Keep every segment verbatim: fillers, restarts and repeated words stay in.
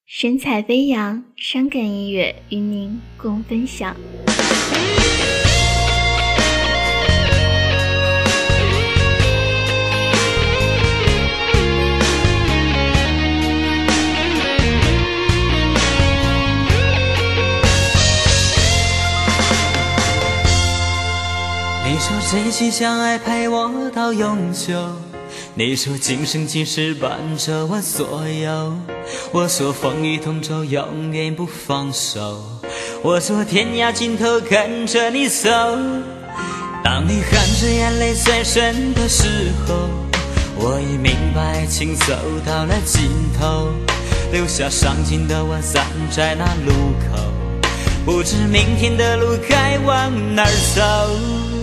神采飞扬，伤感音乐与您共分享。 你说真心相爱陪我到永久，你说今生今世伴着我左右，我说风雨同舟永远不放手，我说天涯尽头跟着你走。当你含着眼泪转身的时候，我已明白爱情走到了尽头，留下伤心的我站在那路口，不知明天的路该往哪儿走。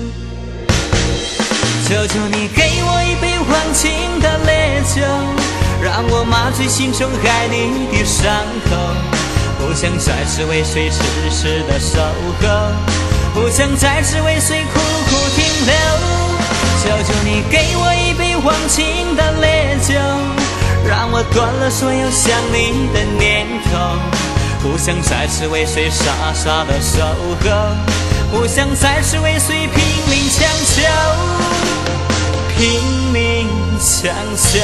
求求你给我一杯忘情的烈酒，让我麻醉心中爱你的伤口，不想再次为谁痴痴的守候，不想再次为谁苦苦停留。求求你给我一杯忘情的烈酒，让我断了所有想你的念头，不想再次为谁傻傻的守候，不想再次为谁拼命强求，拼命强求。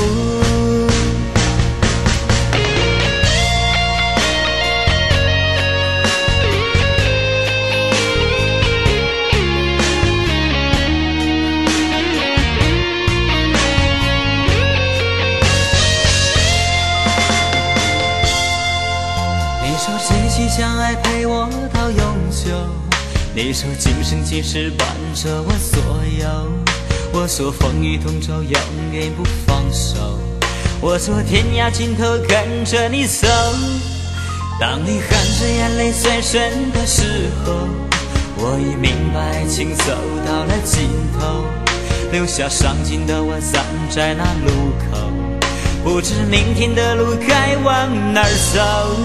你说真心相爱陪我到永久，你说今生今世伴着我左右，我说风雨同舟永远不放手，我说天涯尽头跟着你走。当你含着眼泪转身的时候，我已明白爱情走到了尽头，留下伤心的我站在那路口，不知明天的路该往哪儿走。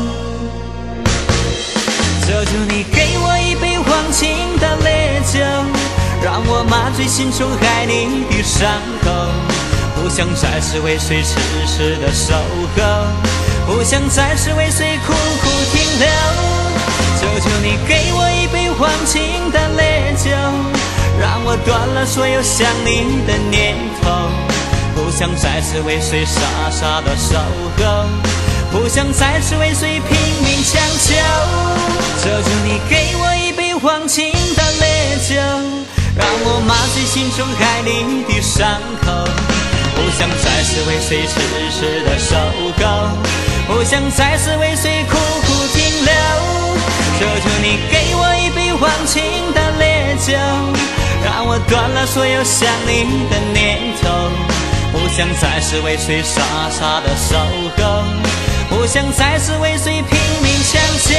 求求你给我一杯忘情的烈酒，让我麻醉心中爱你的伤口，不想再次为谁痴痴的守候，不想再次为谁苦苦停留。求求你给我一杯忘情的烈酒，让我断了所有想你的念头，不想再次为谁傻傻的守候，不想再次为谁拼命强求。求求你给我一杯忘情的烈酒，让我麻醉心中爱你的伤口，不想再次为谁痴痴的守候，不想再次为谁苦苦停留。求求你给我一杯忘情的烈酒，让我断了所有想你的念头，不想再次为谁傻傻的守候，不想再次为谁拼命强求，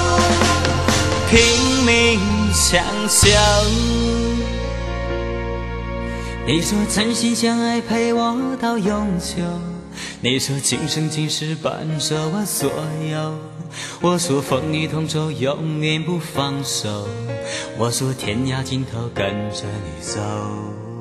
拼命强求。你说真心相爱陪我到永久，你说今生今世伴着我左右，我说风雨同舟永远不放手，我说天涯尽头跟着你走。